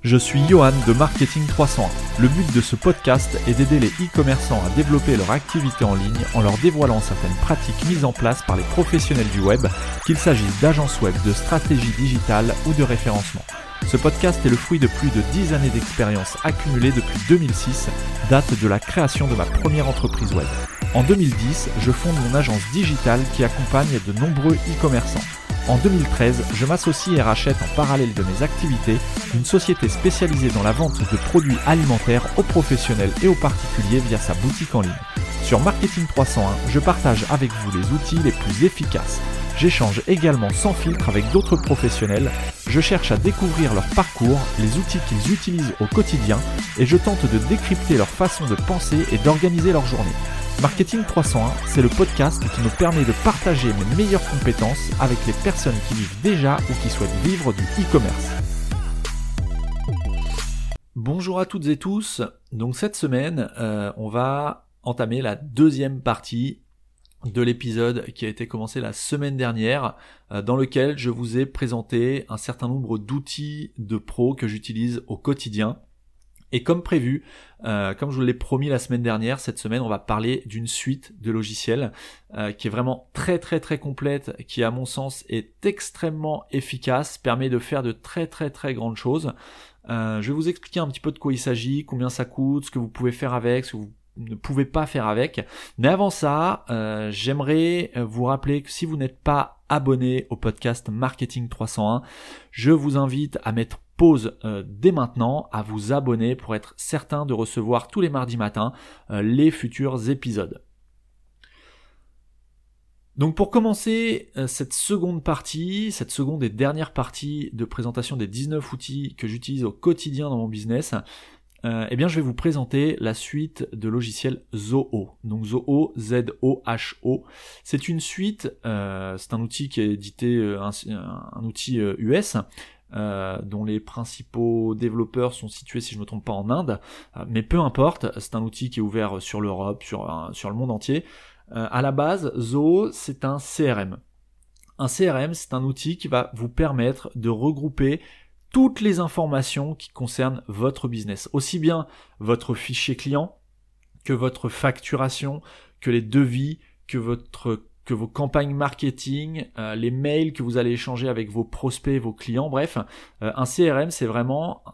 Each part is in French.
Je suis Johan de Marketing 301. Le but de ce podcast est d'aider les e-commerçants à développer leur activité en ligne en leur dévoilant certaines pratiques mises en place par les professionnels du web, qu'il s'agisse d'agences web, de stratégie digitale ou de référencement. Ce podcast est le fruit de plus de 10 années d'expérience accumulée depuis 2006, date de la création de ma première entreprise web. En 2010, je fonde mon agence digitale qui accompagne de nombreux e-commerçants. En 2013, je m'associe et rachète en parallèle de mes activités une société spécialisée dans la vente de produits alimentaires aux professionnels et aux particuliers via sa boutique en ligne. Sur Marketing 301, je partage avec vous les outils les plus efficaces. J'échange également sans filtre avec d'autres professionnels, je cherche à découvrir leur parcours, les outils qu'ils utilisent au quotidien et je tente de décrypter leur façon de penser et d'organiser leur journée. Marketing 301, c'est le podcast qui me permet de partager mes meilleures compétences avec les personnes qui vivent déjà ou qui souhaitent vivre du e-commerce. Bonjour à toutes et tous, donc cette semaine, on va entamer la deuxième partie de l'épisode qui a été commencé la semaine dernière, dans lequel je vous ai présenté un certain nombre d'outils de pro que j'utilise au quotidien. Et comme prévu, comme je vous l'ai promis la semaine dernière, cette semaine on va parler d'une suite de logiciels qui est vraiment très complète, qui à mon sens est extrêmement efficace, permet de faire de très grandes choses. Je vais vous expliquer un petit peu de quoi il s'agit, combien ça coûte, ce que vous pouvez faire avec, ce que vous ne pouvez pas faire avec. Mais avant ça, j'aimerais vous rappeler que si vous n'êtes pas abonné au podcast Marketing 301, je vous invite à mettre pause dès maintenant, à vous abonner pour être certain de recevoir tous les mardis matins les futurs épisodes. Donc pour commencer cette seconde et dernière partie de présentation des 19 outils que j'utilise au quotidien dans mon business, je vais vous présenter la suite de logiciels Zoho. Donc Zoho, Z-O-H-O. C'est une suite, c'est un outil qui est édité, un outil US, dont les principaux développeurs sont situés, si je ne me trompe pas, en Inde, mais peu importe, c'est un outil qui est ouvert sur l'Europe, sur le monde entier. À la base, Zoho, c'est un CRM. Un CRM, c'est un outil qui va vous permettre de regrouper toutes les informations qui concernent votre business, aussi bien votre fichier client, que votre facturation, que les devis, que vos campagnes marketing, les mails que vous allez échanger avec vos prospects, vos clients, bref, un CRM c'est vraiment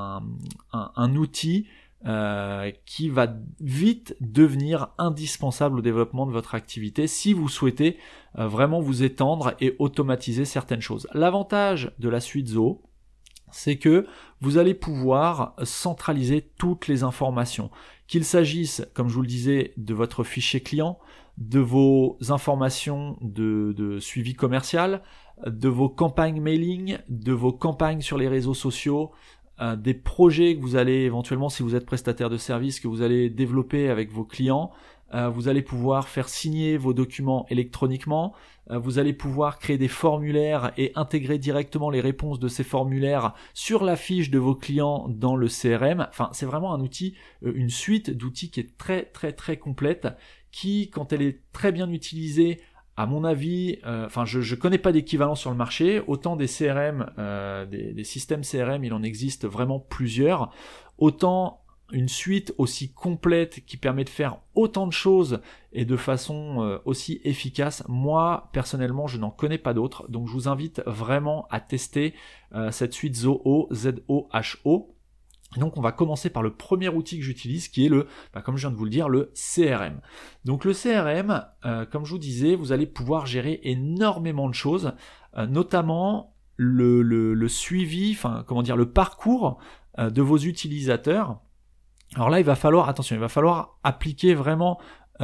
un outil qui va vite devenir indispensable au développement de votre activité si vous souhaitez vraiment vous étendre et automatiser certaines choses. L'avantage de la suite Zoho, c'est que vous allez pouvoir centraliser toutes les informations, qu'il s'agisse, comme je vous le disais, de votre fichier client, de vos informations de suivi commercial, de vos campagnes mailing, de vos campagnes sur les réseaux sociaux, des projets que vous allez éventuellement, si vous êtes prestataire de services, que vous allez développer avec vos clients. Vous allez pouvoir faire signer vos documents électroniquement, vous allez pouvoir créer des formulaires et intégrer directement les réponses de ces formulaires sur la fiche de vos clients dans le CRM. Enfin, c'est vraiment un outil, une suite d'outils qui est très complète, qui, quand elle est très bien utilisée, à mon avis, je connais pas d'équivalent sur le marché. Autant des CRM, des systèmes CRM, il en existe vraiment plusieurs. Autant une suite aussi complète qui permet de faire autant de choses et de façon aussi efficace, moi personnellement je n'en connais pas d'autres, donc je vous invite vraiment à tester cette suite Zoho, Z-O-H-O. Donc on va commencer par le premier outil que j'utilise qui est comme je viens de vous le dire, le CRM. Donc le CRM, comme je vous disais, vous allez pouvoir gérer énormément de choses, notamment le suivi, le parcours de vos utilisateurs. Alors là, il va falloir appliquer vraiment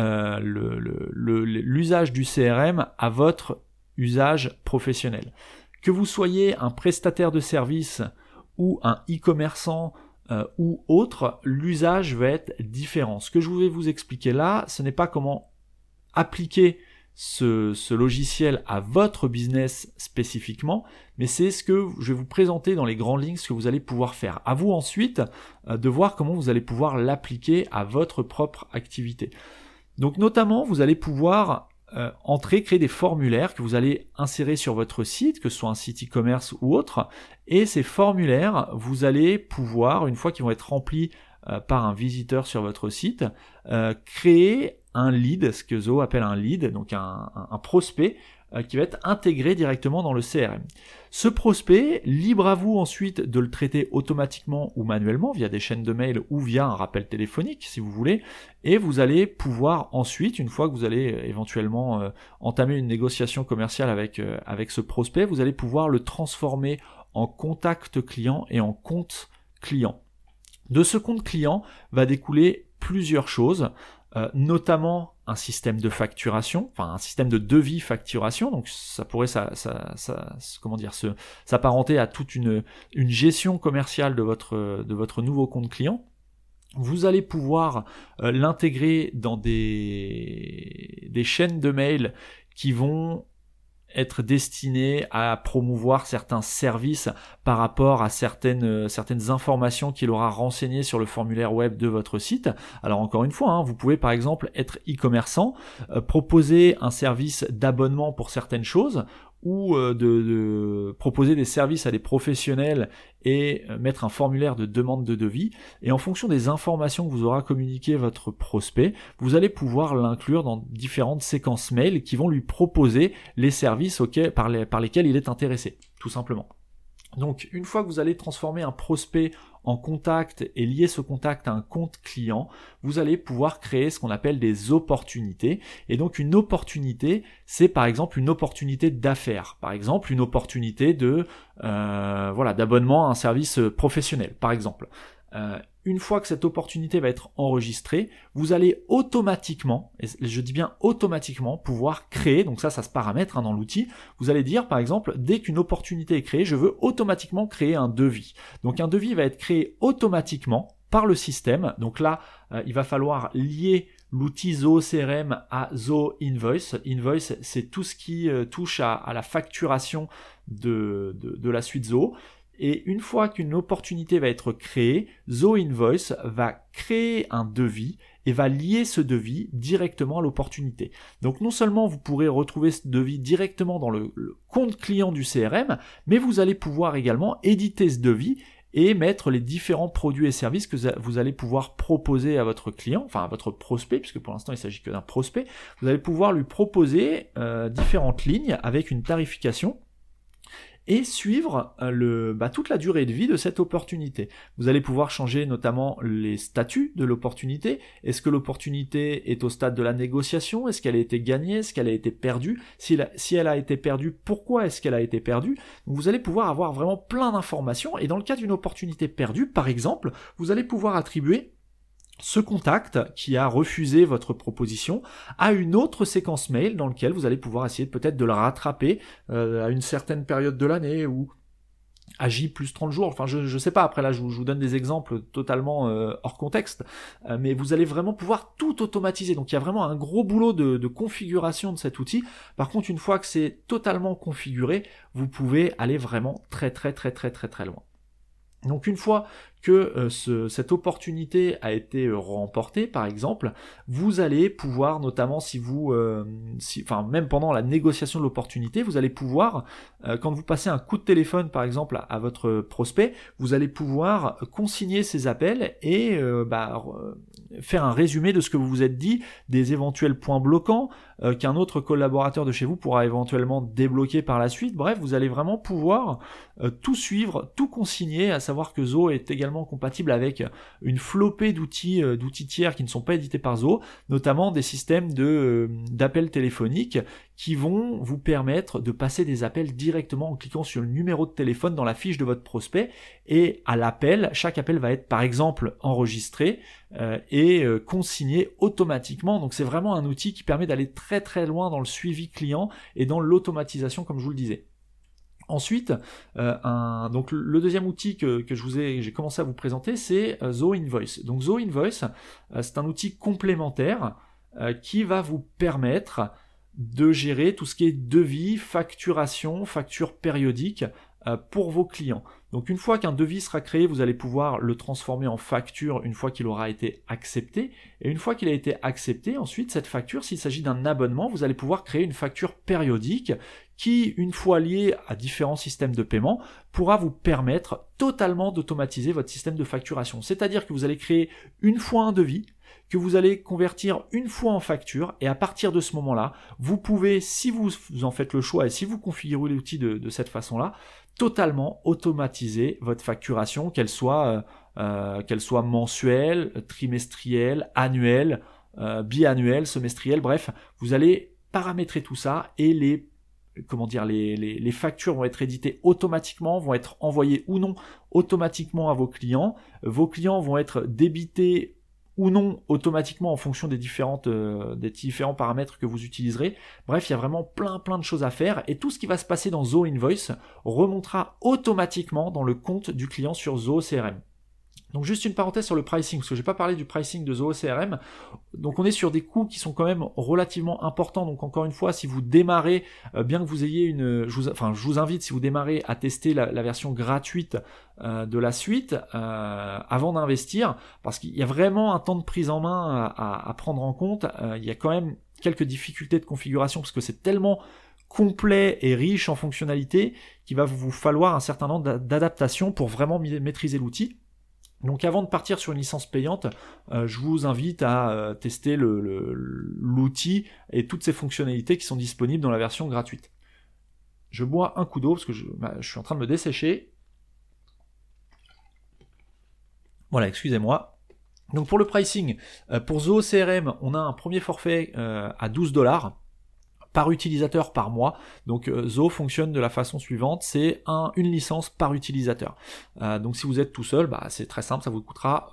l'usage du CRM à votre usage professionnel. Que vous soyez un prestataire de service ou un e-commerçant ou autre, l'usage va être différent. Ce que je vais vous expliquer là, ce n'est pas comment appliquer ce logiciel à votre business spécifiquement, mais c'est ce que je vais vous présenter dans les grandes lignes, ce que vous allez pouvoir faire. À vous ensuite de voir comment vous allez pouvoir l'appliquer à votre propre activité. Donc notamment, vous allez pouvoir créer des formulaires que vous allez insérer sur votre site, que ce soit un site e-commerce ou autre, et ces formulaires, vous allez pouvoir, une fois qu'ils vont être remplis par un visiteur sur votre site, créer un lead, ce que Zoho appelle un lead, donc un prospect, qui va être intégré directement dans le CRM. Ce prospect, libre à vous ensuite de le traiter automatiquement ou manuellement via des chaînes de mail ou via un rappel téléphonique si vous voulez, et vous allez pouvoir ensuite, une fois que vous allez éventuellement entamer une négociation commerciale avec ce prospect, vous allez pouvoir le transformer en contact client et en compte client. De ce compte client va découler plusieurs choses, notamment un système de facturation, enfin un système de devis facturation, donc ça pourrait s'apparenter à toute une gestion commerciale de votre nouveau compte client. Vous allez pouvoir l'intégrer dans des chaînes de mail qui vont être destiné à promouvoir certains services par rapport à certaines informations qu'il aura renseignées sur le formulaire web de votre site. Alors encore une fois, vous pouvez par exemple être e-commerçant, proposer un service d'abonnement pour certaines choses, ou de proposer des services à des professionnels et mettre un formulaire de demande de devis, et en fonction des informations que vous aura communiqué votre prospect, vous allez pouvoir l'inclure dans différentes séquences mail qui vont lui proposer les services par lesquels il est intéressé, tout simplement. Donc une fois que vous allez transformer un prospect en contact et lier ce contact à un compte client, vous allez pouvoir créer ce qu'on appelle des opportunités. Et donc une opportunité, c'est par exemple une opportunité d'affaires, par exemple une opportunité d'abonnement à un service professionnel, par exemple. Une fois que cette opportunité va être enregistrée, vous allez automatiquement, et je dis bien automatiquement, pouvoir créer, donc ça se paramètre dans l'outil, vous allez dire par exemple, dès qu'une opportunité est créée, je veux automatiquement créer un devis. Donc un devis va être créé automatiquement par le système, donc là, il va falloir lier l'outil Zoho CRM à Zoho Invoice. Invoice, c'est tout ce qui touche à la facturation de la suite Zoho. Et une fois qu'une opportunité va être créée, Zoho Invoice va créer un devis et va lier ce devis directement à l'opportunité. Donc non seulement vous pourrez retrouver ce devis directement dans le compte client du CRM, mais vous allez pouvoir également éditer ce devis et mettre les différents produits et services que vous allez pouvoir proposer à votre client, enfin à votre prospect, puisque pour l'instant il ne s'agit que d'un prospect. Vous allez pouvoir lui proposer différentes lignes avec une tarification et suivre toute la durée de vie de cette opportunité. Vous allez pouvoir changer notamment les statuts de l'opportunité. Est-ce que l'opportunité est au stade de la négociation? Est-ce qu'elle a été gagnée? Est-ce qu'elle a été perdue? Si elle a été perdue, pourquoi est-ce qu'elle a été perdue? Donc vous allez pouvoir avoir vraiment plein d'informations, et dans le cas d'une opportunité perdue, par exemple, vous allez pouvoir attribuer ce contact qui a refusé votre proposition à une autre séquence mail dans laquelle vous allez pouvoir essayer peut-être de le rattraper à une certaine période de l'année ou à J plus 30 jours, enfin je sais pas, après là je vous donne des exemples totalement hors contexte, mais vous allez vraiment pouvoir tout automatiser, donc il y a vraiment un gros boulot de configuration de cet outil. Par contre, une fois que c'est totalement configuré, vous pouvez aller vraiment très loin. Donc une fois que cette opportunité a été remportée, par exemple, vous allez pouvoir, notamment même pendant la négociation de l'opportunité, vous allez pouvoir, quand vous passez un coup de téléphone, par exemple, à votre prospect, vous allez pouvoir consigner ces appels et faire un résumé de ce que vous vous êtes dit, des éventuels points bloquants qu'un autre collaborateur de chez vous pourra éventuellement débloquer par la suite. Bref, vous allez vraiment pouvoir tout suivre, tout consigner, à savoir que Zoho est également compatible avec une flopée d'outils tiers qui ne sont pas édités par Zoho, notamment des systèmes d'appels téléphoniques qui vont vous permettre de passer des appels directement en cliquant sur le numéro de téléphone dans la fiche de votre prospect, et à l'appel, chaque appel va être par exemple enregistré et consigné automatiquement. Donc c'est vraiment un outil qui permet d'aller très loin dans le suivi client et dans l'automatisation, comme je vous le disais. Ensuite, donc le deuxième outil que j'ai commencé à vous présenter, c'est Zoho Invoice. Donc Zoho Invoice, c'est un outil complémentaire qui va vous permettre de gérer tout ce qui est devis, facturation, facture périodique pour vos clients. Donc une fois qu'un devis sera créé, vous allez pouvoir le transformer en facture une fois qu'il aura été accepté. Et une fois qu'il a été accepté, ensuite cette facture, s'il s'agit d'un abonnement, vous allez pouvoir créer une facture périodique qui, une fois liée à différents systèmes de paiement, pourra vous permettre totalement d'automatiser votre système de facturation. C'est-à-dire que vous allez créer une fois un devis, que vous allez convertir une fois en facture, et à partir de ce moment-là, vous pouvez, si vous en faites le choix et si vous configurez l'outil de cette façon-là, totalement automatiser votre facturation, qu'elle soit mensuelle, trimestrielle, annuelle, biannuelle, semestrielle, bref, vous allez paramétrer tout ça et les factures vont être éditées automatiquement, vont être envoyées ou non automatiquement à vos clients. Vos clients vont être débités ou non automatiquement en fonction des différents paramètres que vous utiliserez. Bref, il y a vraiment plein de choses à faire et tout ce qui va se passer dans Zoho Invoice remontera automatiquement dans le compte du client sur Zoho CRM. Donc juste une parenthèse sur le pricing, parce que j'ai pas parlé du pricing de Zoho CRM. Donc on est sur des coûts qui sont quand même relativement importants. Donc encore une fois, si vous démarrez, bien que vous ayez je vous invite, si vous démarrez, à tester la version gratuite de la suite avant d'investir, parce qu'il y a vraiment un temps de prise en main à prendre en compte. Il y a quand même quelques difficultés de configuration, parce que c'est tellement complet et riche en fonctionnalités qu'il va vous falloir un certain nombre d'adaptations pour vraiment maîtriser l'outil. Donc avant de partir sur une licence payante, je vous invite à tester l'outil et toutes ces fonctionnalités qui sont disponibles dans la version gratuite. Je bois un coup d'eau parce que je suis en train de me dessécher. Voilà, excusez-moi. Donc pour le pricing, pour Zoho CRM, on a un premier forfait à $12 par utilisateur par mois. Donc Zoho fonctionne de la façon suivante, c'est une licence par utilisateur. Donc si vous êtes tout seul, c'est très simple, ça vous coûtera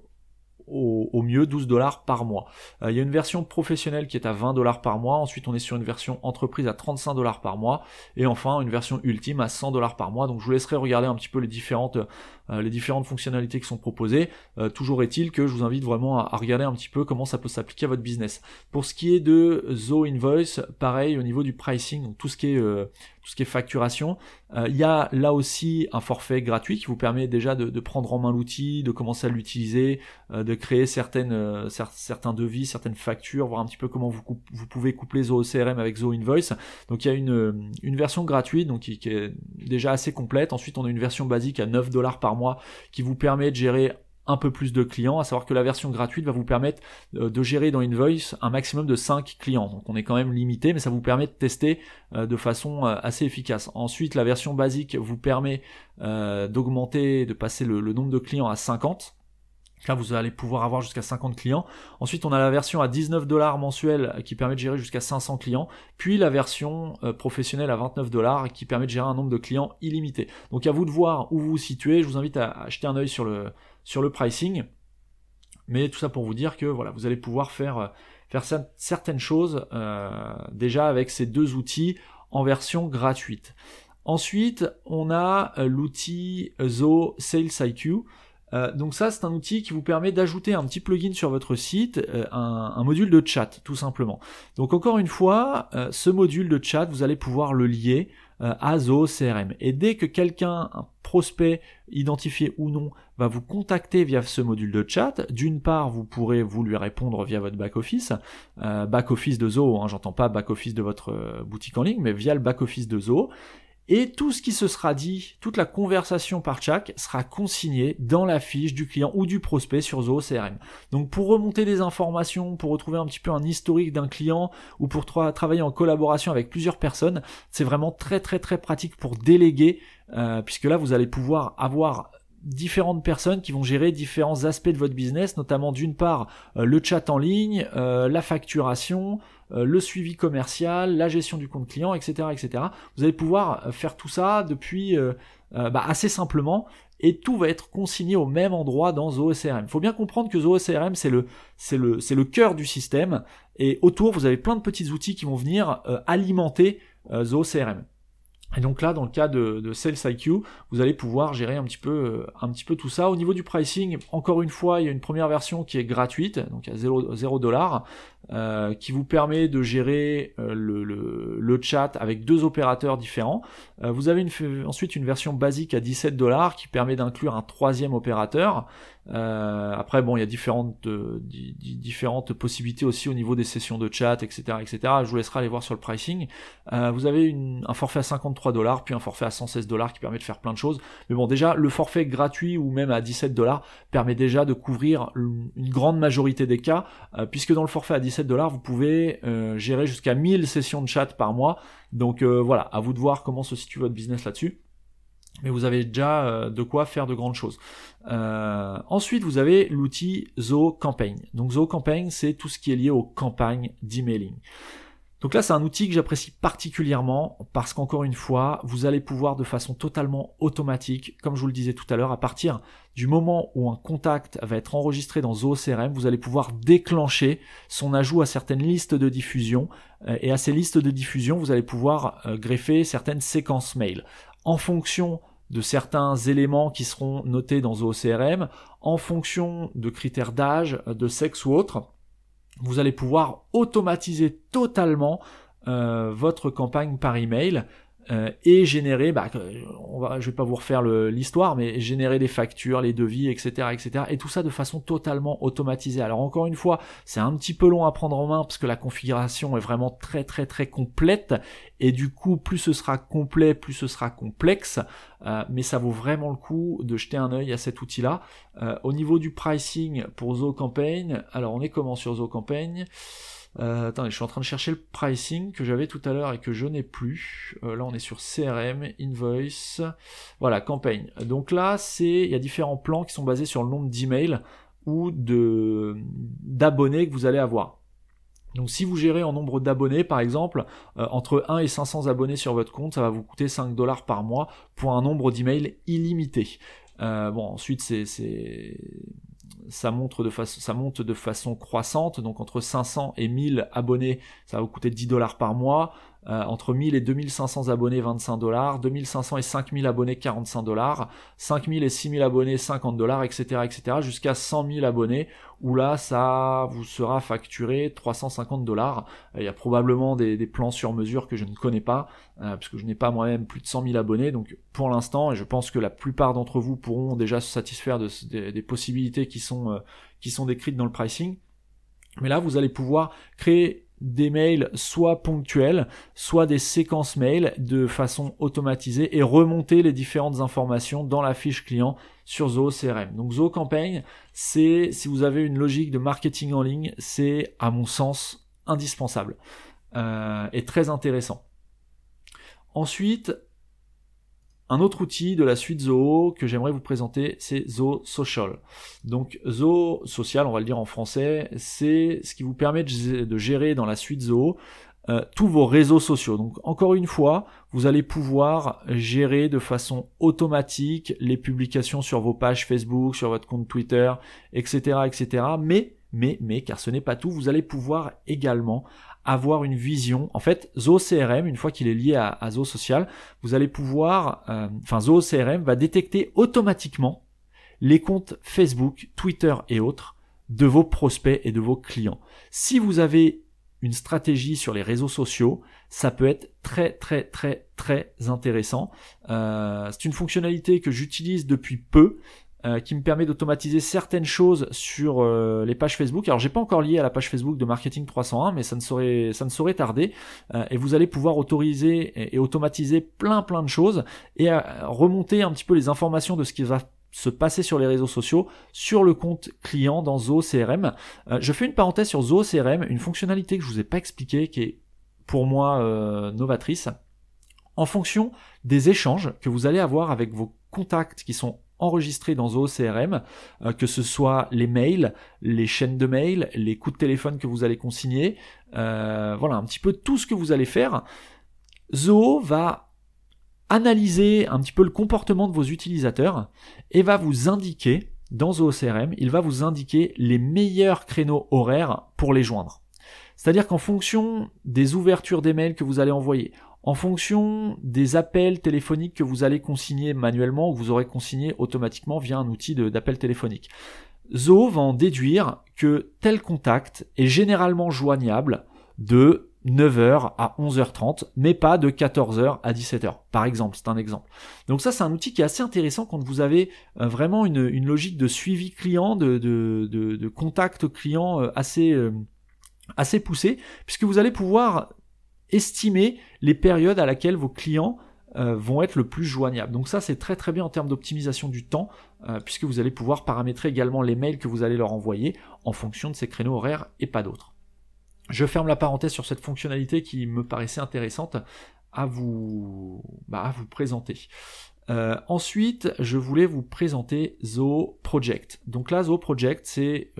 au mieux $12 par mois. Il y a une version professionnelle qui est à $20 par mois, ensuite on est sur une version entreprise à $35 par mois, et enfin une version ultime à $100 par mois. Donc je vous laisserai regarder un petit peu les différentes fonctionnalités qui sont proposées. Toujours est-il que je vous invite vraiment à regarder un petit peu comment ça peut s'appliquer à votre business. Pour ce qui est de Zoho Invoice, pareil au niveau du pricing, donc tout ce qui est facturation, il y a là aussi un forfait gratuit qui vous permet déjà de prendre en main l'outil, de commencer à l'utiliser, de créer certains devis, certaines factures, voir un petit peu comment vous pouvez coupler Zoho CRM avec Zoho Invoice. Donc il y a une version gratuite donc qui est déjà assez complète. Ensuite on a une version basique à $9 par mois qui vous permet de gérer un peu plus de clients, à savoir que la version gratuite va vous permettre de gérer dans Invoice un maximum de 5 clients. Donc on est quand même limité, mais ça vous permet de tester de façon assez efficace. Ensuite, la version basique vous permet d'augmenter, de passer le nombre de clients à 50. Là, vous allez pouvoir avoir jusqu'à 50 clients. Ensuite, on a la version à $19 mensuel qui permet de gérer jusqu'à 500 clients. Puis la version professionnelle à $29 qui permet de gérer un nombre de clients illimité. Donc à vous de voir où vous vous situez. Je vous invite à jeter un œil sur le pricing. Mais tout ça pour vous dire que voilà, vous allez pouvoir faire certaines choses déjà avec ces deux outils en version gratuite. Ensuite, on a l'outil Zoho Sales IQ. Donc ça, c'est un outil qui vous permet d'ajouter un petit plugin sur votre site, un module de chat, tout simplement. Donc encore une fois, ce module de chat, vous allez pouvoir le lier à Zoho CRM. Et dès que quelqu'un, un prospect identifié ou non, va vous contacter via ce module de chat, d'une part, vous pourrez lui répondre via votre back-office de Zoho, j'entends pas back-office de votre boutique en ligne, mais via le back-office de Zoho. Et tout ce qui se sera dit, toute la conversation par chat sera consignée dans la fiche du client ou du prospect sur Zoho CRM. Donc pour remonter des informations, pour retrouver un petit peu un historique d'un client ou pour travailler en collaboration avec plusieurs personnes, c'est vraiment très pratique pour déléguer, puisque là vous allez pouvoir avoir différentes personnes qui vont gérer différents aspects de votre business, notamment d'une part le chat en ligne, la facturation, le suivi commercial, la gestion du compte client, etc. Vous allez pouvoir faire tout ça depuis assez simplement, et tout va être consigné au même endroit dans Zoho CRM. Il faut bien comprendre que Zoho CRM c'est le cœur du système, et autour vous avez plein de petits outils qui vont venir alimenter Zoho CRM. Et donc là, dans le cas de Sales IQ, vous allez pouvoir gérer un petit peu tout ça. Au niveau du pricing, encore une fois, il y a une première version qui est gratuite, donc à 0$, qui vous permet de gérer le chat avec 2 opérateurs différents. Vous avez ensuite une version basique à $17 qui permet d'inclure un 3e opérateur. Après, bon, il y a différentes possibilités aussi au niveau des sessions de chat, etc., etc. Je vous laisserai aller voir sur le pricing. Vous avez un forfait à $53, puis un forfait à $116 qui permet de faire plein de choses. Mais bon, déjà, le forfait gratuit ou même à $17 permet déjà de couvrir une grande majorité des cas, puisque dans le forfait à $17, vous pouvez gérer jusqu'à 1000 sessions de chat par mois. Donc voilà, à vous de voir comment se situe votre business là-dessus. Mais vous avez déjà de quoi faire de grandes choses. Ensuite, vous avez l'outil Zoho Campaign. Donc Zoho Campaign, c'est tout ce qui est lié aux campagnes d'emailing. Donc là, c'est un outil que j'apprécie particulièrement parce qu'encore une fois, vous allez pouvoir de façon totalement automatique, comme je vous le disais tout à l'heure, à partir du moment où un contact va être enregistré dans Zoho CRM, vous allez pouvoir déclencher son ajout à certaines listes de diffusion. Et à ces listes de diffusion, vous allez pouvoir greffer certaines séquences mail. En fonction de certains éléments qui seront notés dans Zoho CRM, en fonction de critères d'âge, de sexe ou autre, vous allez pouvoir automatiser totalement votre campagne par email et générer, je vais pas vous refaire l'histoire, mais générer les factures, les devis, etc., etc. Et tout ça de façon totalement automatisée. Alors encore une fois, c'est un petit peu long à prendre en main parce que la configuration est vraiment très très très complète. Et du coup, plus ce sera complet, plus ce sera complexe. Mais ça vaut vraiment le coup de jeter un œil à cet outil-là. Au niveau du pricing pour Zoho Campaign, alors on est comment sur Zoho Campaign ? Attendez, je suis en train de chercher le pricing que j'avais tout à l'heure et que je n'ai plus. Là, on est sur CRM, Invoice, voilà, Campaign. Donc là, il y a différents plans qui sont basés sur le nombre d'emails ou d'abonnés que vous allez avoir. Donc si vous gérez en nombre d'abonnés, par exemple, entre 1 et 500 abonnés sur votre compte, ça va vous coûter $5 par mois pour un nombre d'emails illimité. Ensuite, ça monte de façon croissante, donc entre 500 et 1000 abonnés, ça va vous coûter $10 par mois, entre 1000 et 2500 abonnés, $25, 2500 et 5000 abonnés, $45, 5000 et 6000 abonnés, $50, etc., etc., jusqu'à 100 000 abonnés, où là, ça vous sera facturé $350. Il y a probablement des plans sur mesure que je ne connais pas, puisque je n'ai pas moi-même plus de 100 000 abonnés, donc pour l'instant, et je pense que la plupart d'entre vous pourront déjà se satisfaire des possibilités qui sont décrites dans le pricing. Mais là, vous allez pouvoir créer des mails soit ponctuels, soit des séquences mails de façon automatisée et remonter les différentes informations dans la fiche client sur Zoho CRM. Donc Zoho Campaign, si vous avez une logique de marketing en ligne, c'est à mon sens indispensable et très intéressant. Ensuite, un autre outil de la suite Zoho que j'aimerais vous présenter, c'est Zoho Social. Donc Zoho Social, on va le dire en français, c'est ce qui vous permet de gérer dans la suite Zoho tous vos réseaux sociaux. Donc encore une fois, vous allez pouvoir gérer de façon automatique les publications sur vos pages Facebook, sur votre compte Twitter, etc., etc. Mais, car ce n'est pas tout, vous allez pouvoir également avoir une vision. En fait, Zoho CRM, une fois qu'il est lié à Zoho Social, vous allez pouvoir, Zoho CRM va détecter automatiquement les comptes Facebook, Twitter et autres de vos prospects et de vos clients. Si vous avez une stratégie sur les réseaux sociaux, ça peut être très très très très intéressant. C'est une fonctionnalité que j'utilise depuis peu, qui me permet d'automatiser certaines choses sur les pages Facebook. Alors j'ai pas encore lié à la page Facebook de Marketing 301, mais ça ne saurait tarder. Et vous allez pouvoir autoriser et automatiser plein de choses et remonter un petit peu les informations de ce qui va se passer sur les réseaux sociaux sur le compte client dans Zoho CRM. Je fais une parenthèse sur Zoho CRM, une fonctionnalité que je vous ai pas expliquée, qui est pour moi novatrice. En fonction des échanges que vous allez avoir avec vos contacts qui sont enregistrés dans Zoho CRM, que ce soit les mails, les chaînes de mails, les coups de téléphone que vous allez consigner, voilà un petit peu tout ce que vous allez faire. Zoho va analyser un petit peu le comportement de vos utilisateurs et va vous indiquer, dans Zoho CRM, il va vous indiquer les meilleurs créneaux horaires pour les joindre. C'est-à-dire qu'en fonction des ouvertures des mails que vous allez envoyer, En fonction des appels téléphoniques que vous allez consigner manuellement ou que vous aurez consigné automatiquement via un outil d'appel téléphonique. Zoho va en déduire que tel contact est généralement joignable de 9h à 11h30, mais pas de 14h à 17h, par exemple, c'est un exemple. Donc ça, c'est un outil qui est assez intéressant quand vous avez vraiment une logique de suivi client, de contact client assez poussée, puisque vous allez pouvoir estimer les périodes à laquelle vos clients vont être le plus joignables. Donc ça, c'est très très bien en termes d'optimisation du temps, puisque vous allez pouvoir paramétrer également les mails que vous allez leur envoyer en fonction de ces créneaux horaires et pas d'autres. Je ferme la parenthèse sur cette fonctionnalité qui me paraissait intéressante à vous présenter. Ensuite, je voulais vous présenter Zoho Project. Donc là, Zoho Project, c'est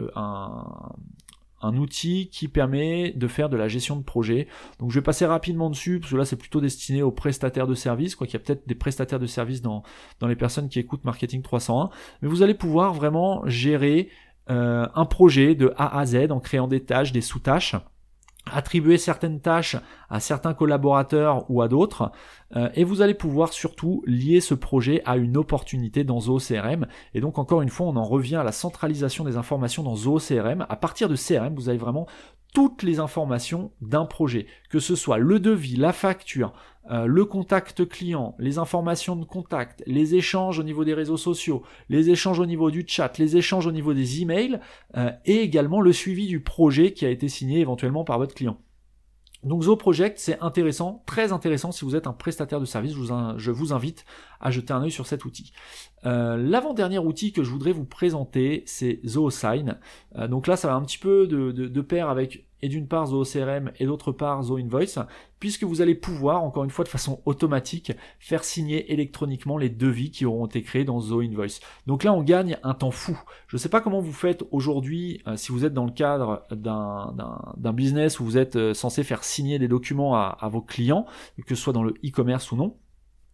un outil qui permet de faire de la gestion de projet. Donc je vais passer rapidement dessus, parce que là c'est plutôt destiné aux prestataires de services, quoi qu'il y a peut-être des prestataires de services dans les personnes qui écoutent Marketing 301, mais vous allez pouvoir vraiment gérer un projet de A à Z en créant des tâches, des sous-tâches, attribuer certaines tâches à certains collaborateurs ou à d'autres, et vous allez pouvoir surtout lier ce projet à une opportunité dans Zoho CRM. Et donc encore une fois, on en revient à la centralisation des informations dans Zoho CRM. À partir de CRM, vous avez vraiment toutes les informations d'un projet, que ce soit le devis, la facture, le contact client, les informations de contact, les échanges au niveau des réseaux sociaux, les échanges au niveau du chat, les échanges au niveau des emails, et également le suivi du projet qui a été signé éventuellement par votre client. Donc Zoho Project, c'est intéressant, très intéressant si vous êtes un prestataire de service, je vous invite à jeter un œil sur cet outil. L'avant-dernier outil que je voudrais vous présenter, c'est Zoho Sign. Donc là, ça va un petit peu de pair avec, et d'une part Zoho CRM et d'autre part Zoho Invoice, puisque vous allez pouvoir, encore une fois de façon automatique, faire signer électroniquement les devis qui auront été créés dans Zoho Invoice. Donc là, on gagne un temps fou. Je ne sais pas comment vous faites aujourd'hui, si vous êtes dans le cadre d'un business où vous êtes censé faire signer des documents à vos clients, que ce soit dans le e-commerce ou non.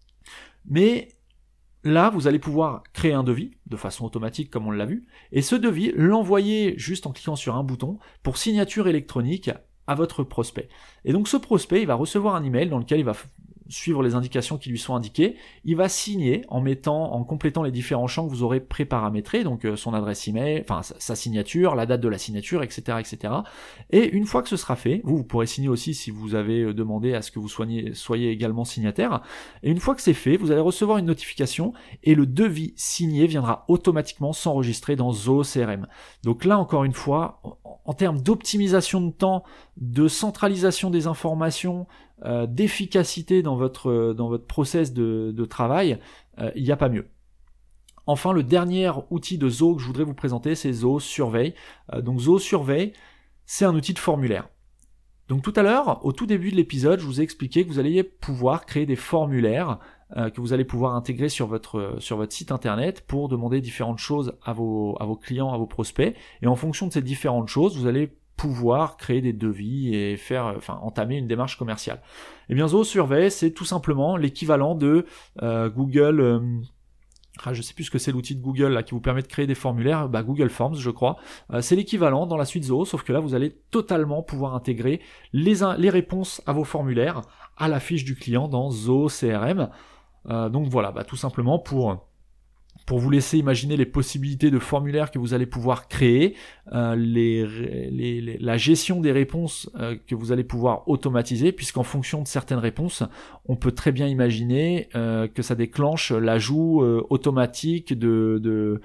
Mais là, vous allez pouvoir créer un devis de façon automatique comme on l'a vu, et ce devis, l'envoyer juste en cliquant sur un bouton pour signature électronique à votre prospect. Et donc ce prospect, il va recevoir un email dans lequel il va suivre les indications qui lui sont indiquées, il va signer en complétant les différents champs que vous aurez préparamétrés, donc son adresse email, enfin sa signature, la date de la signature, etc., etc. Et une fois que ce sera fait, vous pourrez signer aussi si vous avez demandé à ce que vous soyez également signataire. Et une fois que c'est fait, vous allez recevoir une notification et le devis signé viendra automatiquement s'enregistrer dans Zoho CRM. Donc là, encore une fois, en termes d'optimisation de temps, de centralisation des informations, d'efficacité dans votre process de travail, il n'y a pas mieux. Enfin, le dernier outil de Zoho que je voudrais vous présenter, c'est Zoho Survey. Donc Zoho Survey, c'est un outil de formulaire. Donc tout à l'heure, au tout début de l'épisode, je vous ai expliqué que vous alliez pouvoir créer des formulaires que vous allez pouvoir intégrer sur votre site internet pour demander différentes choses à vos clients, à vos prospects. Et en fonction de ces différentes choses, vous allez pouvoir créer des devis et entamer une démarche commerciale. Et bien Zoho Survey, c'est tout simplement l'équivalent de Google. Je sais plus ce que c'est l'outil de Google là qui vous permet de créer des formulaires, Google Forms je crois. C'est l'équivalent dans la suite Zoho, sauf que là vous allez totalement pouvoir intégrer les réponses à vos formulaires à la fiche du client dans Zoho CRM. Donc voilà, tout simplement pour vous laisser imaginer les possibilités de formulaires que vous allez pouvoir créer, la gestion des réponses que vous allez pouvoir automatiser, puisqu'en fonction de certaines réponses, on peut très bien imaginer que ça déclenche l'ajout automatique de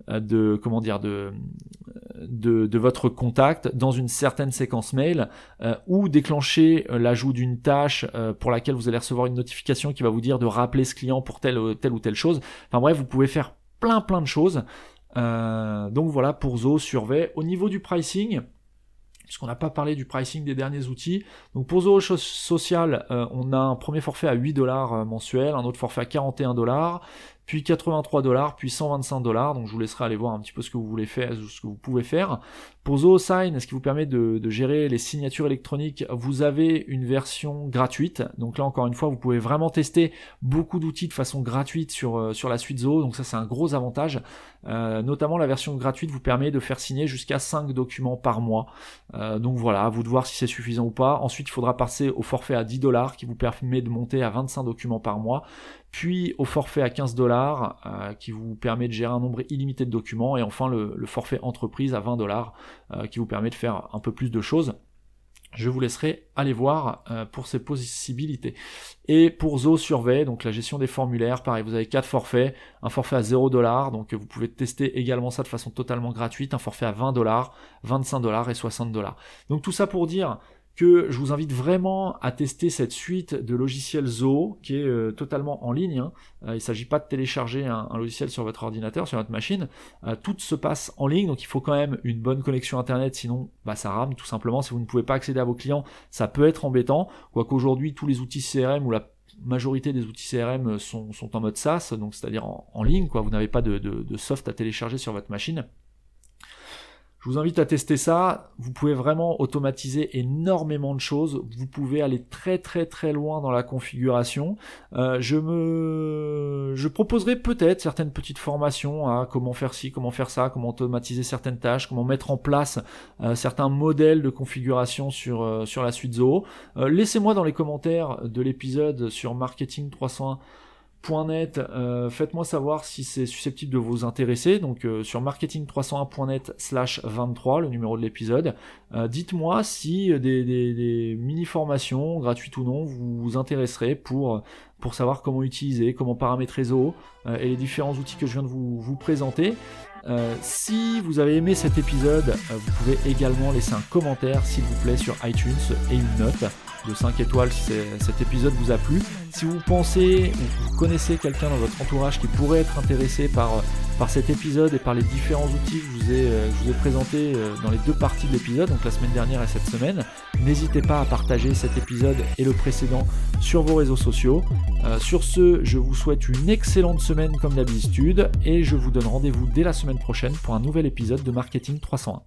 votre contact dans une certaine séquence mail, ou déclencher l'ajout d'une tâche pour laquelle vous allez recevoir une notification qui va vous dire de rappeler ce client pour telle ou telle chose. Enfin bref, vous pouvez faire plein de choses. Donc voilà pour Zoho Survey. Au niveau du pricing, puisqu'on n'a pas parlé du pricing des derniers outils, donc pour Zoho Social, on a un premier forfait à $8 mensuel, un autre forfait à $41, puis 83$, puis 125$. Donc je vous laisserai aller voir un petit peu ce que vous voulez faire, ce que vous pouvez faire. Pour ZooSign, ce qui vous permet de gérer les signatures électroniques, vous avez une version gratuite. Donc là encore une fois, vous pouvez vraiment tester beaucoup d'outils de façon gratuite sur la suite Zoo. Donc ça c'est un gros avantage. Notamment la version gratuite vous permet de faire signer jusqu'à 5 documents par mois. Donc voilà, à vous de voir si c'est suffisant ou pas. Ensuite il faudra passer au forfait à 10$ qui vous permet de monter à 25 documents par mois. Puis au forfait à 15$ qui vous permet de gérer un nombre illimité de documents, et enfin le forfait entreprise à 20$ qui vous permet de faire un peu plus de choses. Je vous laisserai aller voir pour ces possibilités. Et pour ZooSurvey, donc la gestion des formulaires, pareil, vous avez 4 forfaits, un forfait à 0$, donc vous pouvez tester également ça de façon totalement gratuite, un forfait à 20$, 25$ et 60$. Donc tout ça pour dire que je vous invite vraiment à tester cette suite de logiciels Zoo qui est totalement en ligne. Il ne s'agit pas de télécharger un logiciel sur votre ordinateur, sur votre machine. Tout se passe en ligne, donc il faut quand même une bonne connexion internet, sinon ça rame tout simplement. Si vous ne pouvez pas accéder à vos clients, ça peut être embêtant. Quoique aujourd'hui tous les outils CRM ou la majorité des outils CRM sont en mode SaaS, donc c'est-à-dire en ligne, vous n'avez pas de soft à télécharger sur votre machine. Je vous invite à tester ça, vous pouvez vraiment automatiser énormément de choses, vous pouvez aller très très très loin dans la configuration. Je proposerai peut-être certaines petites formations à comment faire ci, comment faire ça, comment automatiser certaines tâches, comment mettre en place certains modèles de configuration sur la suite Zoo. Laissez-moi dans les commentaires de l'épisode sur marketing301.net, faites-moi savoir si c'est susceptible de vous intéresser, donc sur marketing301.net/23, le numéro de l'épisode. Dites-moi si des mini-formations, gratuites ou non, vous intéresseraient pour savoir comment utiliser, comment paramétrer Zoo et les différents outils que je viens de vous présenter. Si vous avez aimé cet épisode, vous pouvez également laisser un commentaire s'il vous plaît sur iTunes et une note de 5 étoiles si cet épisode vous a plu. Si vous pensez ou vous connaissez quelqu'un dans votre entourage qui pourrait être intéressé par cet épisode et par les différents outils que je vous ai présentés dans les 2 parties de l'épisode, donc la semaine dernière et cette semaine, n'hésitez pas à partager cet épisode et le précédent sur vos réseaux sociaux. Sur ce, je vous souhaite une excellente semaine comme d'habitude et je vous donne rendez-vous dès la semaine prochaine pour un nouvel épisode de Marketing 301.